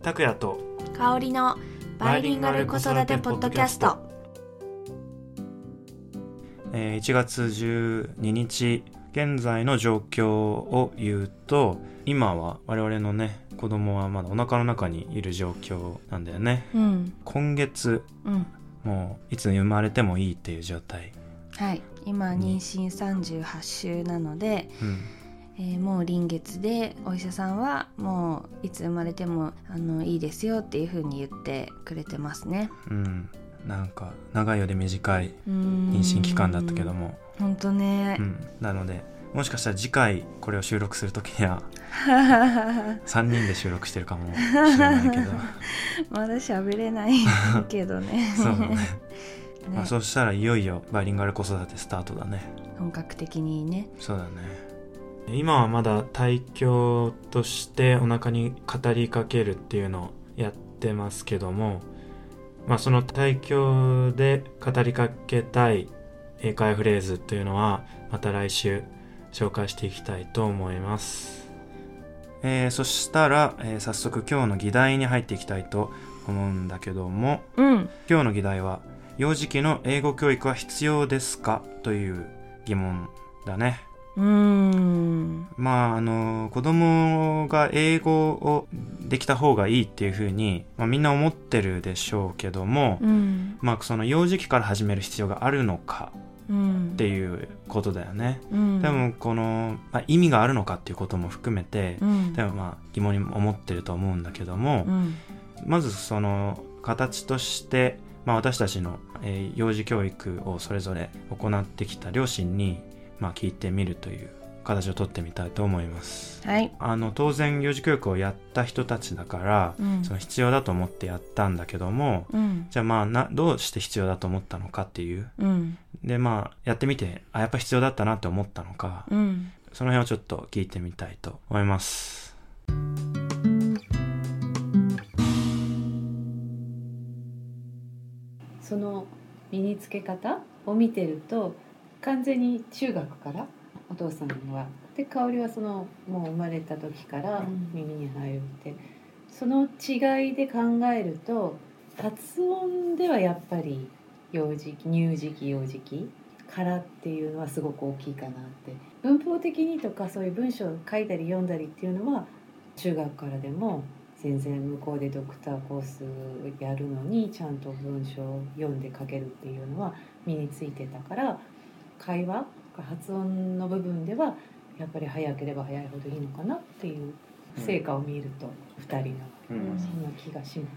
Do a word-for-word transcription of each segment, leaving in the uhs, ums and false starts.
拓也と香りのバイリンガル子育てポッドキャスト。 えー、いちがつじゅうににち現在の状況を言うと、今は我々のね子供はまだお腹の中にいる状況なんだよね、 うん、 今月、うん、もういつ生まれてもいいっていう状態。 はい、今妊娠さんじゅうはちしゅうなので、うんえー、もう臨月でお医者さんはもういつ生まれてもあのいいですよっていう風に言ってくれてますね。 うん、なんか長いより短い妊娠期間だったけども、 本当ね、 うん、なのでもしかしたら次回これを収録するときにはさんにんで収録してるかもしれないけどまだ喋れないけどねそうだねね、まあ、そしたらいよいよバイリンガル子育てスタートだね。 本格的にね。 そうだね。今はまだ胎教としてお腹に語りかけるっていうのをやってますけども、まあ、その胎教で語りかけたい英会話フレーズというのはまた来週紹介していきたいと思います。えー、そしたら、えー、早速今日の議題に入っていきたいと思うんだけども、うん、今日の議題は幼児期の英語教育は必要ですかという疑問だね。うーんまああの子供が英語をできた方がいいっていう風に、まあ、みんな思ってるでしょうけども、うん、まあその幼児期から始める必要があるのかっていうことだよね、うん、でもこの、まあ、意味があるのかっていうことも含めて、うん、でもまあ疑問に思ってると思うんだけども、うん、まずその形としてまあ、私たちの、えー、幼児教育をそれぞれ行ってきた両親に、まあ、聞いてみるという形をとってみたいと思います、はい、あの当然幼児教育をやった人たちだから、うん、その必要だと思ってやったんだけども、うん、じゃあまあなどうして必要だと思ったのかっていう、うん、でまあやってみてあやっぱ必要だったなって思ったのか、うん、その辺をちょっと聞いてみたいと思います。 その身につけ方を見てると完全に中学からお父さんはで香りはそのもう生まれた時から耳に入るって、うん、その違いで考えると発音ではやっぱり幼児期乳児期幼児期からっていうのはすごく大きいかなって。文法的にとかそういう文章を書いたり読んだりっていうのは中学からでも全然向こうでドクターコースやるのにちゃんと文章を読んで書けるっていうのは身についてたから、会話発音の部分ではやっぱり早ければ早いほどいいのかなっていう成果を見るとふたりの、うん、そんな気がします、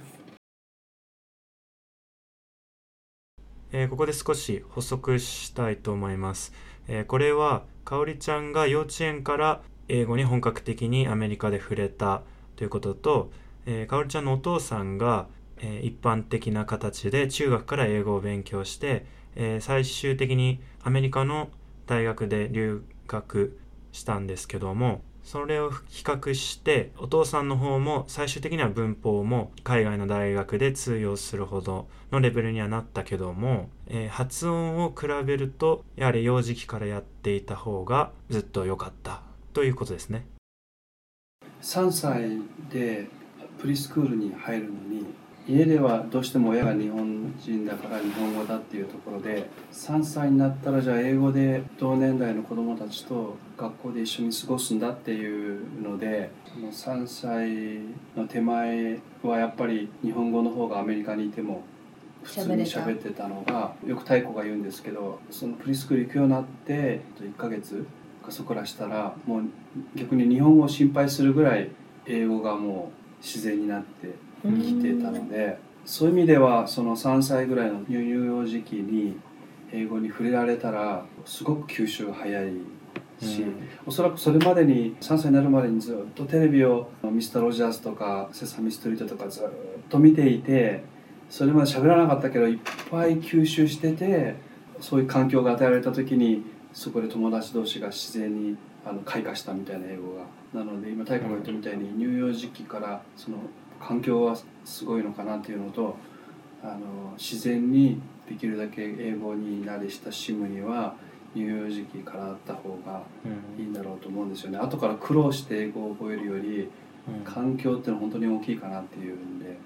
えー、ここで少し補足したいと思います、えー、これはかおりちゃんが幼稚園から英語に本格的にアメリカで触れたということと、えー、かおりちゃんのお父さんが、えー、一般的な形で中学から英語を勉強して、えー、最終的にアメリカの大学で留学したんですけども、それを比較してお父さんの方も最終的には文法も海外の大学で通用するほどのレベルにはなったけども、えー、発音を比べるとやはり幼児期からやっていた方がずっと良かったということですね。 さんさいでプリスクールに入るのに、家ではどうしても親が日本人だから日本語だっていうところで、さんさいになったらじゃあ英語で同年代の子どもたちと学校で一緒に過ごすんだっていうので、さんさいの手前はやっぱり日本語の方がアメリカにいても普通に喋ってたのが、よく太鼓が言うんですけど、そのプリスクール行くようになっていっかげつかそこらしたら、もう逆に日本語を心配するぐらい英語がもう自然になってきてたので、そういう意味ではそのさんさいぐらいの乳幼児期に英語に触れられたらすごく吸収が早いし、うん、おそらくそれまでにさんさいになるまでにずっとテレビをミスターロジャースとかセサミストリートとかずっと見ていて、それまで喋らなかったけどいっぱい吸収してて、そういう環境が与えられた時にそこで友達同士が自然にあの開花したみたいな英語が。なので今太鼓が言ったみたいに乳幼児期からその環境はすごいのかなっていうのと、あの自然にできるだけ英語に慣れ親しむには乳幼児期からあった方がいいんだろうと思うんですよね。後から苦労して英語を覚えるより環境ってのは本当に大きいかなっていうんで、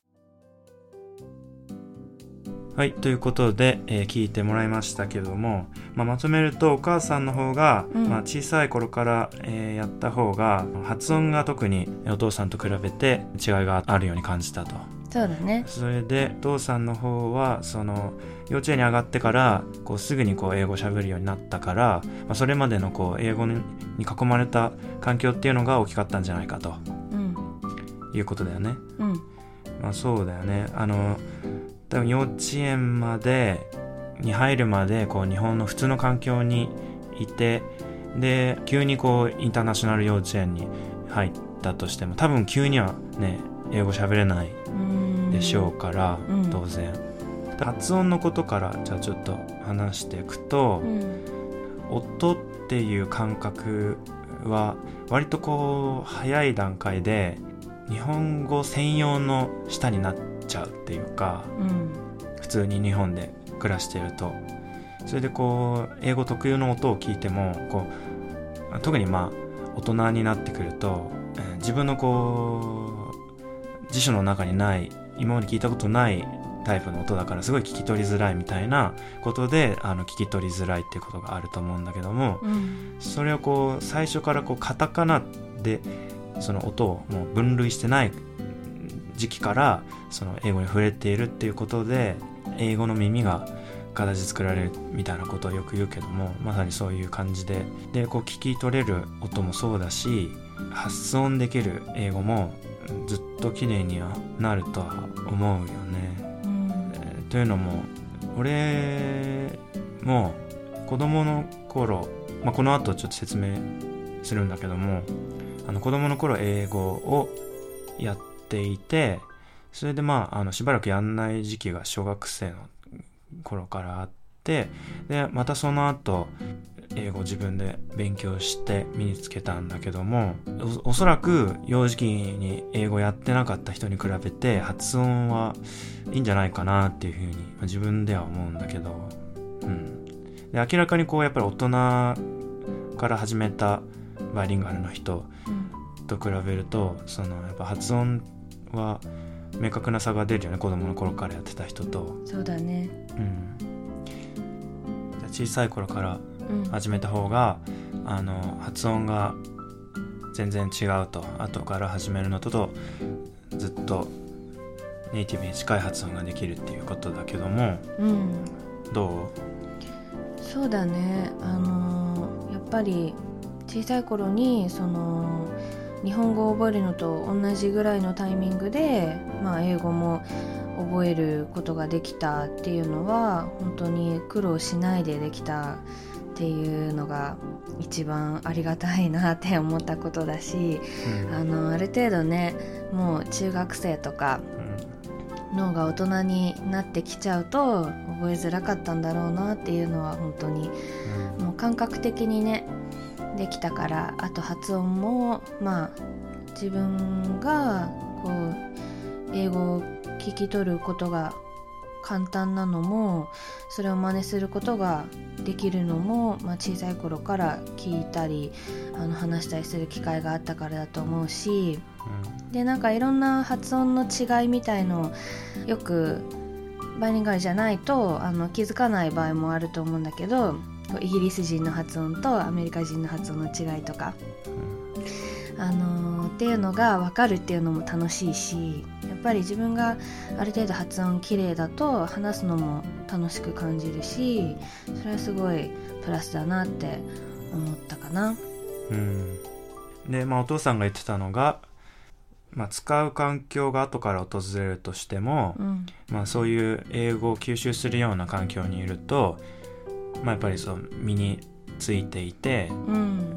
うん、はい、ということで、えー、聞いてもらいましたけども、まあ、まとめるとお母さんの方が、うんまあ、小さい頃から、えー、やった方が発音が特にお父さんと比べて違いがあるように感じたと。 そうだね。 それでお父さんの方はその幼稚園に上がってからこうすぐにこう英語を喋るようになったから、まあ、それまでのこう英語に囲まれた環境っていうのが大きかったんじゃないかと、うん、いうことだよね。うん、まあそうだよね。あの多分幼稚園までに入るまでこう日本の普通の環境にいて、で急にこうインターナショナル幼稚園に入ったとしても多分急にはね英語喋れないでしょうから、うん、当然発音のことからじゃあちょっと話していくと、うん、音っていう感覚は割とこう早い段階で日本語専用の舌になっちゃうっていうか、うん、普通に日本で暮らしてるとそれでこう英語特有の音を聞いてもこう特にまあ大人になってくると、えー、自分のこう辞書の中にない今まで聞いたことないタイプの音だからすごい聞き取りづらいみたいなことであの聞き取りづらいっていうことがあると思うんだけども、うん、それをこう最初からこうカタカナでその音をもう分類してない時期からその英語に触れているっていうことで英語の耳が形作られるみたいなことをよく言うけどもまさにそういう感じででこう聞き取れる音もそうだし発音できる英語もずっと綺麗にはなるとは思うよね、うんえー、というのも俺も子供の頃、まあ、この後ちょっと説明するんだけどもあの子供の頃英語をやっていてそれでまあ、あのしばらくやんない時期が小学生の頃からあってでまたその後英語自分で勉強して身につけたんだけども お, おそらく幼児期に英語やってなかった人に比べて発音はいいんじゃないかなっていうふうに自分では思うんだけど、うん、で明らかにこうやっぱり大人から始めたバイリンガルの人と比べるとそのやっぱ発音は明確な差が出るよね子供の頃からやってた人と。 そうだね、うん、 小さい頃から始めた方が、うん、あの発音が全然違うと後から始めるのととずっとネイティブに近い発音ができるっていうことだけども、うん、どう？そうだねあのやっぱり小さい頃にその日本語を覚えるのと同じぐらいのタイミングで、まあ、英語も覚えることができたっていうのは本当に苦労しないでできたっていうのが一番ありがたいなって思ったことだし、うん、あのある程度ねもう中学生とか、うん、脳が大人になってきちゃうと覚えづらかったんだろうなっていうのは本当に、うん、もう感覚的にねできたからあと発音もまあ自分がこう英語を聞き取ることが簡単なのもそれを真似することができるのも、まあ、小さい頃から聞いたりあの話したりする機会があったからだと思うし、うん、でなんかいろんな発音の違いみたいのよくバイリンガルじゃないとあの気づかない場合もあると思うんだけどイギリス人の発音とアメリカ人の発音の違いとか、うん、あのー、っていうのが分かるっていうのも楽しいしやっぱり自分がある程度発音綺麗だと話すのも楽しく感じるしそれはすごいプラスだなって思ったかな。 うん、で、まあ、お父さんが言ってたのが、まあ、使う環境が後から訪れるとしても、うんまあ、そういう英語を吸収するような環境にいるとまあ、やっぱりそう身についていて、うん、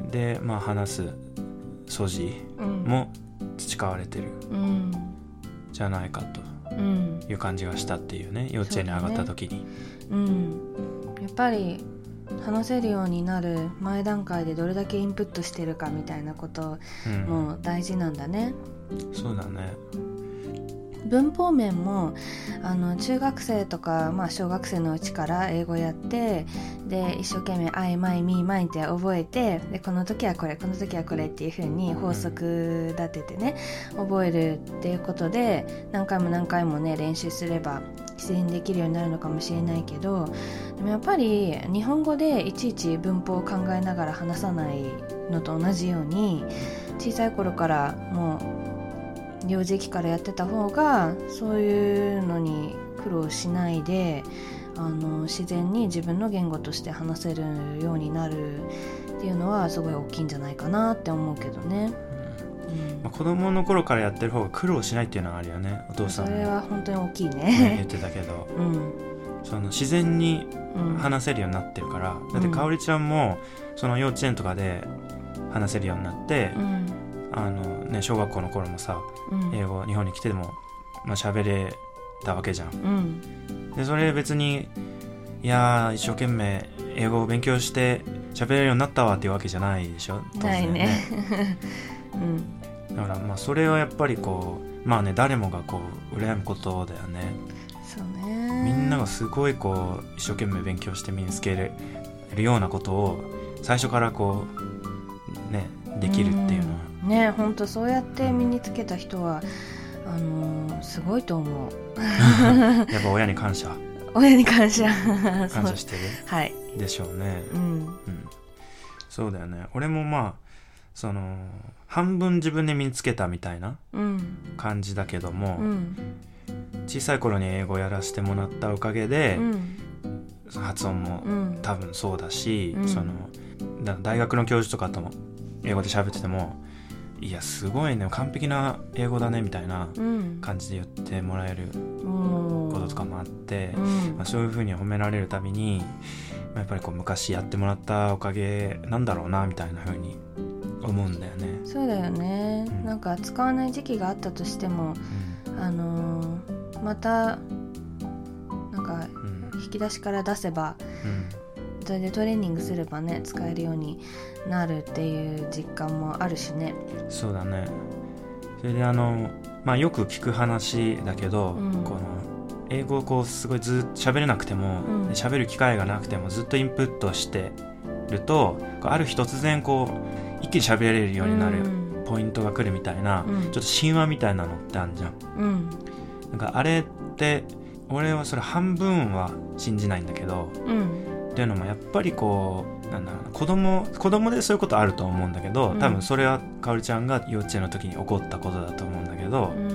で、まあ、話す素地も培われてる、うん、じゃないかという感じがしたっていうね幼稚園に上がった時に、う、ねうん、 やっぱり話せるようになる前段階でどれだけインプットしてるかみたいなことも大事なんだね、 うん、そうだね文法面もあの中学生とか、まあ、小学生のうちから英語やってで一生懸命 I, my, me, mine って覚えてでこの時はこれこの時はこれっていう風に法則立ててね覚えるっていうことで何回も何回もね練習すれば自然にできるようになるのかもしれないけどでもやっぱり日本語でいちいち文法を考えながら話さないのと同じように小さい頃からもう幼児期からやってた方がそういうのに苦労しないであの自然に自分の言語として話せるようになるっていうのはすごい大きいんじゃないかなって思うけどね、 うんまあ、子供の頃からやってる方が苦労しないっていうのはあるよね。お父さんもそれは本当に大きいね、 ね言ってたけど、 うん、 その自然に話せるようになってるから、うん、だってかおりちゃんもその幼稚園とかで話せるようになって、うんあのね、小学校の頃もさ、うん、英語日本に来ても、まあ、喋れたわけじゃん、うん、でそれ別にいや一生懸命英語を勉強して喋れるようになったわっていうわけじゃないでしょ。当然ねないね、 うん、だからまあそれはやっぱりこうまあね誰もがこう羨むことだよね。 そうねみんながすごいこう一生懸命勉強して身につけれるようなことを最初からこうねできるっていうのは、 うん、ね本当そうやって身につけた人はあのー、すごいと思うやっぱ親に感謝親に感謝感謝してるはいでしょうね、うんうん、そうだよね。俺もまあその半分自分で身につけたみたいな感じだけども、うん、小さい頃に英語やらせてもらったおかげで、うん、発音も多分そうだし、うん、そのだ大学の教授とかとも英語で喋っててもいやすごいね完璧な英語だねみたいな感じで言ってもらえることとかもあって、うんまあ、そういう風に褒められるたびにやっぱりこう昔やってもらったおかげなんだろうなみたいな風に思うんだよね。 そうだよね、うん、なんか使わない時期があったとしても、うん、あのー、またなんか引き出しから出せば、うんそれでトレーニングすればね使えるようになるっていう実感もあるしね。 そうだね。それであの、まあ、よく聞く話だけど、うん、この英語をこうすごいずっと喋れなくても喋、うん、る機会がなくてもずっとインプットしてるとある日突然こう一気に喋れるようになるポイントが来るみたいな、うん、ちょっと神話みたいなのってあるじゃん、うん、なんかあれって俺はそれ半分は信じないんだけど、うんっていうのもやっぱりこうなんだろうな子供子供でそういうことあると思うんだけど、うん、多分それはかおりちゃんが幼稚園の時に起こったことだと思うんだけど、うん、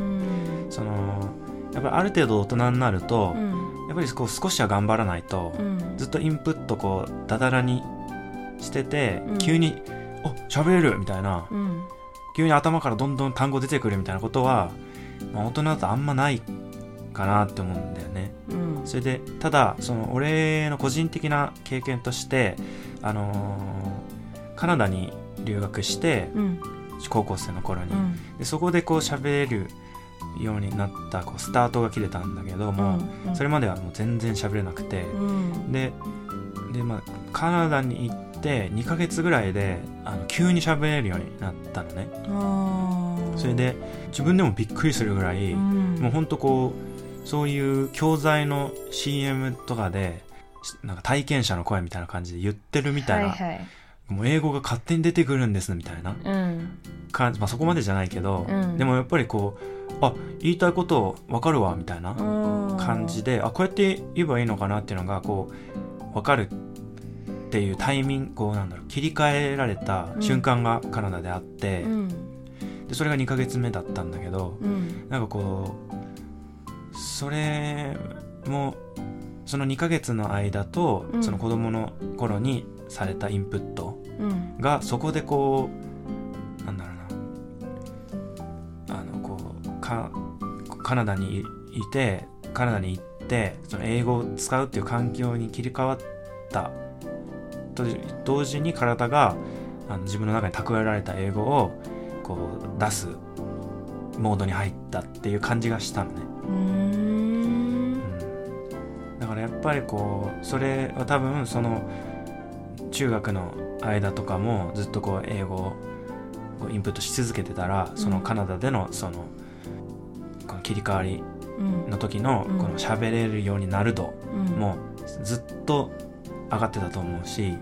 そのやっぱりある程度大人になると、うん、やっぱりこう少しは頑張らないと、うん、ずっとインプットこうダダラにしてて、うん、急にお喋れるみたいな、うん、急に頭からどんどん単語出てくるみたいなことは、まあ、大人だとあんまないかなって思うんだよね、うん、それでただその俺の個人的な経験としてあのー、カナダに留学して、うん、高校生の頃に、うん、でそこでこう喋れるようになったこうスタートが切れたんだけども、うんうん、それまではもう全然喋れなくて、うん、でで、まあ、カナダに行ってにかげつぐらいであの急に喋れるようになったのね。それで自分でもびっくりするぐらい、うん、もうほんとこうそういう教材の シーエム とかでなんか体験者の声みたいな感じで言ってるみたいな、はいはい、もう英語が勝手に出てくるんですみたいな感じ、うんまあ、そこまでじゃないけど、うん、でもやっぱりこうあ言いたいこと分かるわみたいな感じであこうやって言えばいいのかなっていうのがこう分かるっていうタイミングこうなんだろう切り替えられた瞬間がカナダであって、うん、でそれがにかげつめだったんだけど、うん、なんかこうそれもそのにかげつの間と、うん、その子供の頃にされたインプットが、うん、そこでこうなんだろうなあのこうかカナダにいてカナダに行ってその英語を使うっていう環境に切り替わったと同時に体があの自分の中に蓄えられた英語をこう出すモードに入ったっていう感じがしたのね。うーん、だからやっぱりこうそれは多分その中学の間とかもずっとこう英語をインプットし続けてたら、うん、そのカナダでのそのこの切り替わりの時のこの喋れるようになる度もずっと上がってたと思うし、うん、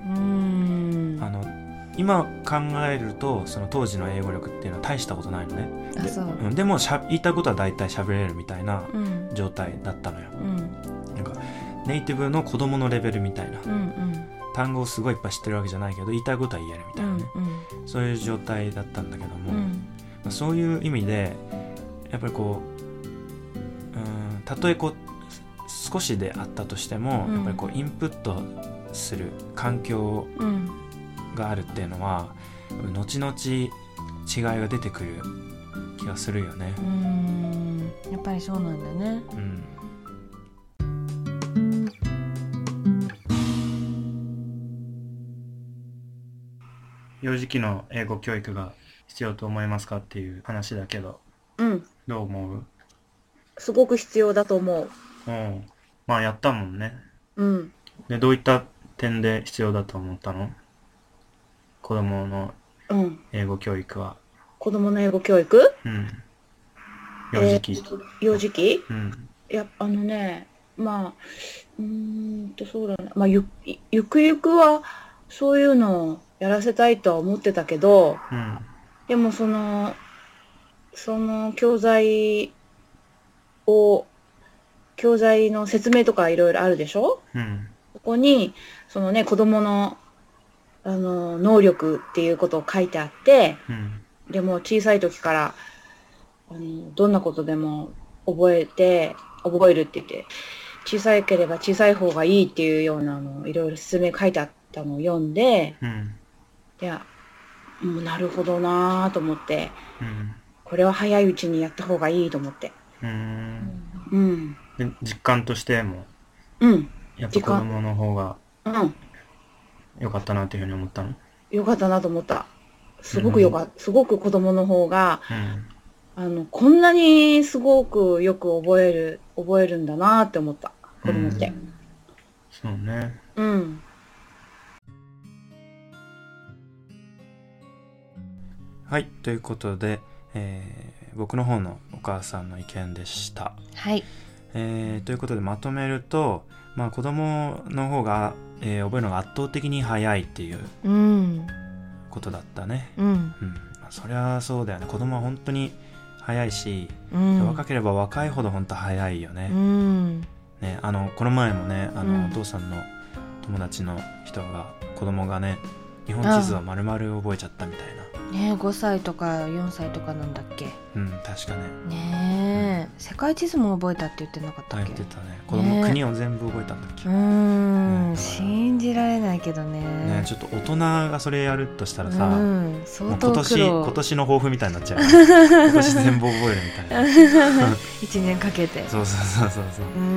あの今考えるとその当時の英語力っていうのは大したことないのね。 あ、そう。 で、うん、でもしゃ言いたいことは大体喋れるみたいな状態だったのよ、うん、なんかネイティブの子供のレベルみたいな、うんうん、単語をすごいいっぱい知ってるわけじゃないけど言いたいことは言えるみたいなね、うんうん、そういう状態だったんだけども、うんまあ、そういう意味でやっぱりこう、うん、たとえこう少しであったとしても、うん、やっぱりこうインプットする環境があるっていうのは、うん、後々違いが出てくる気がするよね。 うーん、やっぱりそうなんだね。うん。 幼児期の英語教育が必要と思いますかっていう話だけど、 うん。 どう思う？ すごく必要だと思う。 うん。まあやったもんね。 うん。 で、どういった点で必要だと思ったの？子供の英語教育は。 うん、子供の英語教育？ うん。幼児期。 えー、幼児期？ うん。 いや、あのね、まあ、うーんとそうだね。まあゆ、ゆくゆくはそういうのをやらせたいとは思ってたけど、 うん、 でもその、その教材を、教材の説明とかいろいろあるでしょ？ うん、 ここに、そのね、子供の、あの、能力っていうことを書いてあって、 うん、 でも小さい時から、あの、どんなことでも覚えて、覚えるって言って、小さければ小さい方がいいっていうようなのいろいろ説明書いてあったのを読んで、 うん、 いや、もうなるほどなぁと思って、 うん、 これは早いうちにやった方がいいと思って。 うーん。 うん。 で、実感としても、 うん。 やっぱ子供の方が、 うん。 良かったなっていうふうに思ったの？ 良かったなと思った。すごくよかった。すごく子供の方が、うん、あの、こんなにすごくよく覚える、覚えるんだなって思った。子供って。うん、 そうね。 うん。 はい、ということで、えー、僕の方のお母さんの意見でした。 はい。 えー、ということでまとめると、まあ、子供の方が、えー、覚えるのが圧倒的に早いっていうことだったね。 うん。うん、 まあ、そりゃそうだよね。子供は本当に早いし、うん、若ければ若いほど本当早いよね。 うん、 ね、あのこの前もね、あの、うん、お父さんの友達の人が子供がね、日本地図を丸々覚えちゃったみたいな。 ね、ごさいとかよんさいとかなんだっけ？ うん、確かね。 ねえ、うん、世界地図も覚えたって言ってなかったっけ？ 言ってたね。子供、ね、国を全部覚えたんだっけ？ うーん、ね、信じられないけどね。ね、 ちょっと大人がそれやるとしたらさ、 うん、相当苦労。 今年今年の抱負みたいになっちゃう。今年全部覚えるみたいな。 一年かけて。 そうそうそうそうそう。 うん、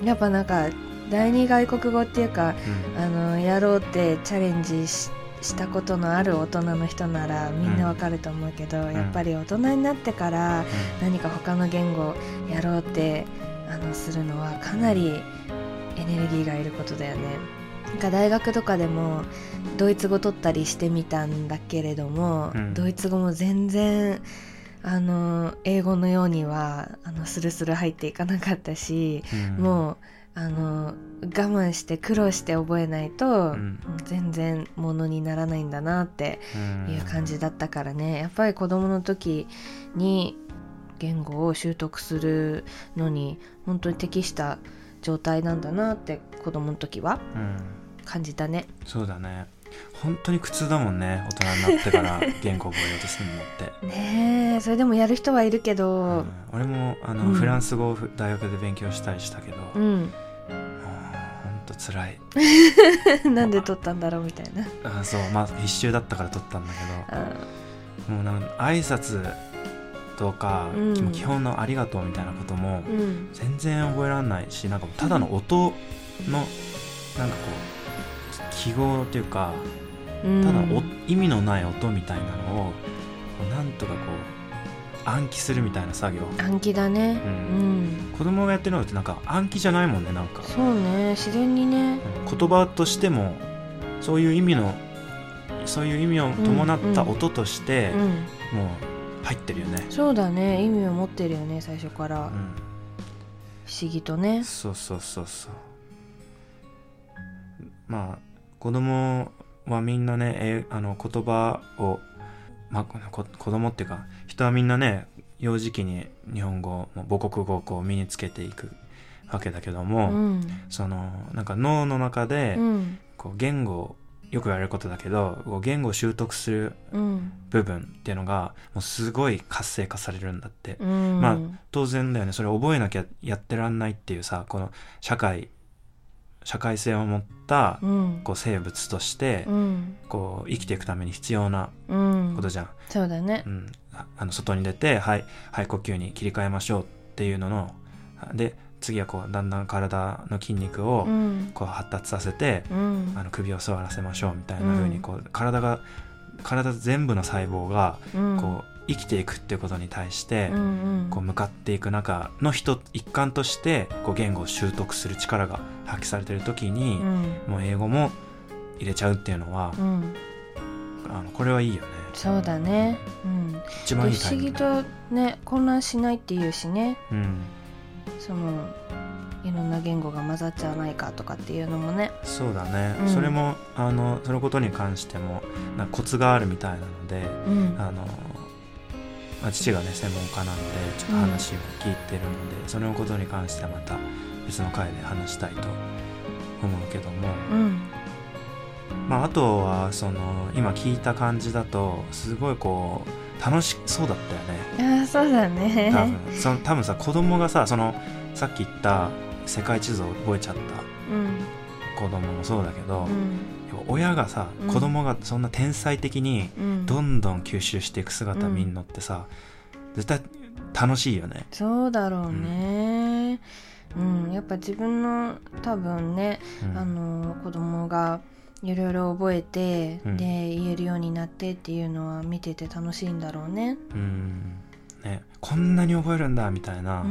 やっぱなんか第二外国語っていうか、うん、あのやろうってチャレンジししたことのある大人の人ならみんなわかると思うけど、うん、やっぱり大人になってから何か他の言語やろうってあのするのはかなりエネルギーがいることだよね。なんか大学とかでもドイツ語取ったりしてみたんだけれども、うん、ドイツ語も全然あの英語のようにはあのスルスル入っていかなかったし、うん、もうあの我慢して苦労して覚えないと、うん、全然ものにならないんだなっていう感じだったからね。やっぱり子供の時に言語を習得するのに本当に適した状態なんだなって子供の時は感じたね、 うん、そうだね。本当に苦痛だもんね、大人になってから言語を覚えようとするのってねえ、それでもやる人はいるけど、うん、 俺もあの、うん、フランス語を大学で勉強したりしたけど、うん、辛いなんで撮ったんだろうみたいな。 あ、そう、まあ必修だったから撮ったんだけど、もうなんか挨拶とか、うん、基本のありがとうみたいなことも全然覚えられないし、なんかただの音のなんかこう記号というか、ただの意味のない音みたいなのをなんとかこう暗記するみたいな作業。 暗記だね、うんうん、子供がやってるのってなんか暗記じゃないもんね。なんかそうね、自然にね、 言葉としてもそういう意味のそういう意味を伴った音として、うんうん、もう入ってるよね。 そうだね、意味を持ってるよね最初から、 うん、 不思議とね。 そうそうそうそう。まあ子供はみんなね、えあの言葉を、まあ、こ子供っていうか人はみんなね幼児期に日本語母国語をこう身につけていくわけだけども、 うん、 そのなんか脳の中で、 うん、 こう言語をよく言われることだけど、こう言語を習得するうん部分っていうのがもうすごい活性化されるんだって、 うん、 まあ当然だよね、それ覚えなきゃやってらんないっていうさ、この社会社会性を持った、 うん、 こう生物として、 うん、 こう生きていくために必要なうん、 ことじゃん、 そうだね、 うん、あの外に出てはい肺呼吸に切り替えましょうっていうのので、次はこうだんだん体の筋肉をうんこう発達させて、 うん、 あの首を座らせましょうみたいな風にこう体が体全部の細胞がうんこう生きていくっていうことに対してうんうん、 こう向かっていく中の一一環としてこう言語を習得する力が発揮されている時に、 うん、 もう英語も入れちゃうっていうのは、 うん、 あのこれはいいよね。 そうだね、うん、 一番いい不思議タイミング。 とね混乱しないっていうしね、 うんそのいろんな言語が混ざっちゃわないかとかっていうのもね。 そうだね、 うん、 それもあのそのことに関してもなんかコツがあるみたいなので、 うん、 あのまあ、父がね専門家なんでちょっと話を聞いてるので、うん、そのことに関してはまた別の回で話したいと思うけども、 うん、 まあ、あとはその今聞いた感じだとすごいこう楽しそうだったよね。 ああそうだね。 多分その多分さ子供がさそのさっき言った世界地図を覚えちゃったうん子供もそうだけど、 うん、 親がさ、 うん、 子供がそんな天才的にどんどん吸収していく姿見んのってさ、うん、絶対楽しいよね。 そうだろうね、うんうん、やっぱ自分の多分ね、うん、あの子供がいろいろ覚えて、うん、で言えるようになってっていうのは見てて楽しいんだろうね。 うんね、こんなに覚えるんだみたいな、 うん、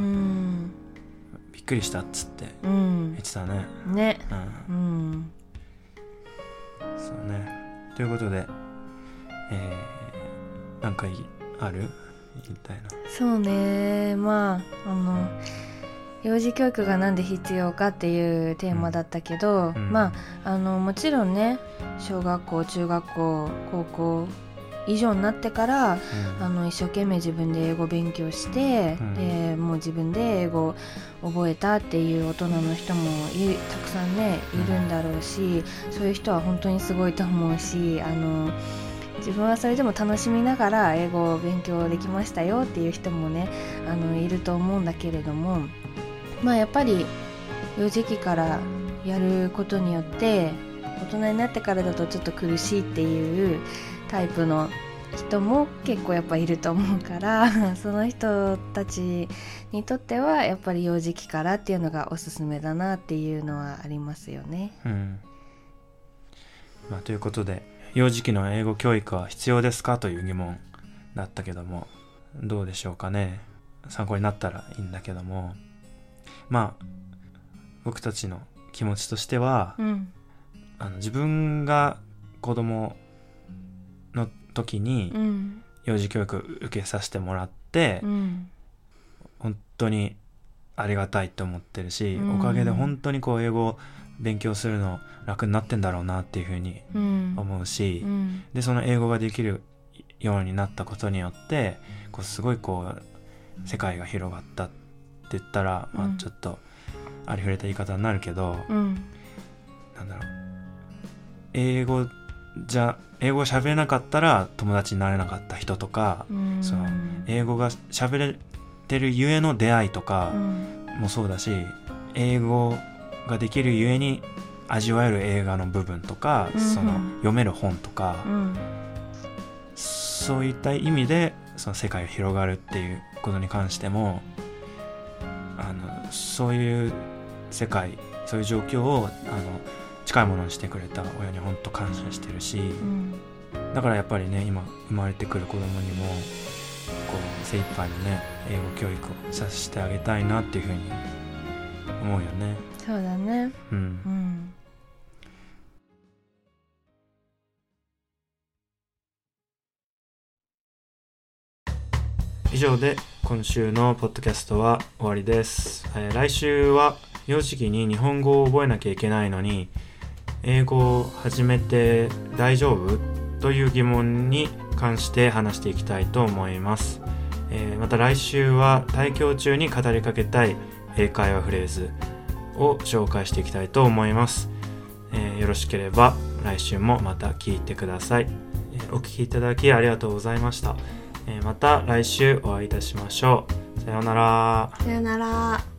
びっくりしたっつってうん、 言ってたね。 ね、 うん、 うん、 そうね。ということで、えー、なんかある言いたいな。 そうね、まああの幼児教育がなんで必要かっていうテーマだったけど、うん、まああのもちろんね小学校中学校高校以上になってから、うん、あの一生懸命自分で英語勉強して、うん、でもう自分で英語覚えたっていう大人の人もいたくさんねいるんだろうし、うん、そういう人は本当にすごいと思うし、あの自分はそれでも楽しみながら英語を勉強できましたよっていう人もねあのいると思うんだけれども、まあやっぱり幼児期からやることによって大人になってからだとちょっと苦しいっていうタイプの人も結構やっぱいると思うからその人たちにとってはやっぱり幼児期からっていうのがおすすめだなっていうのはありますよね。 うん、まあ、ということで幼児期の英語教育は必要ですかという疑問だったけども、どうでしょうかね。参考になったらいいんだけども、まあ僕たちの気持ちとしては、うん、あの自分が子供の時に幼児教育受けさせてもらって、うん、本当にありがたいと思ってるし、うん、おかげで本当にこう英語を勉強するの楽になってんだろうなっていうふうに思うし、うん、でその英語ができるようになったことによってこうすごいこう世界が広がったって言ったら、まあ、ちょっとありふれた言い方になるけど、うん、なんだろう、英語じゃ英語が喋れなかったら友達になれなかった人とか、うん、その英語が喋れてるゆえの出会いとかもそうだし、英語ができるゆえに味わえる映画の部分とか、うん、その読める本とか、うん、そういった意味でその世界が広がるっていうことに関しても、あのそういう世界そういう状況をあの近いものにしてくれた親に本当感謝してるし、うん、だからやっぱりね今生まれてくる子供にもこう精一杯のね英語教育をさせてあげたいなっていうふうに思うよね。 そうだね、 うん、うん以上で今週のポッドキャストは終わりです。えー、来週は幼児期に日本語を覚えなきゃいけないのに英語を始めて大丈夫という疑問に関して話していきたいと思います。えー、また来週は胎教中に語りかけたい英会話フレーズを紹介していきたいと思います。えー、よろしければ来週もまた聞いてください。えー、お聞きいただきありがとうございました。えー、また来週お会いいたしましょう。さようなら。 さよなら。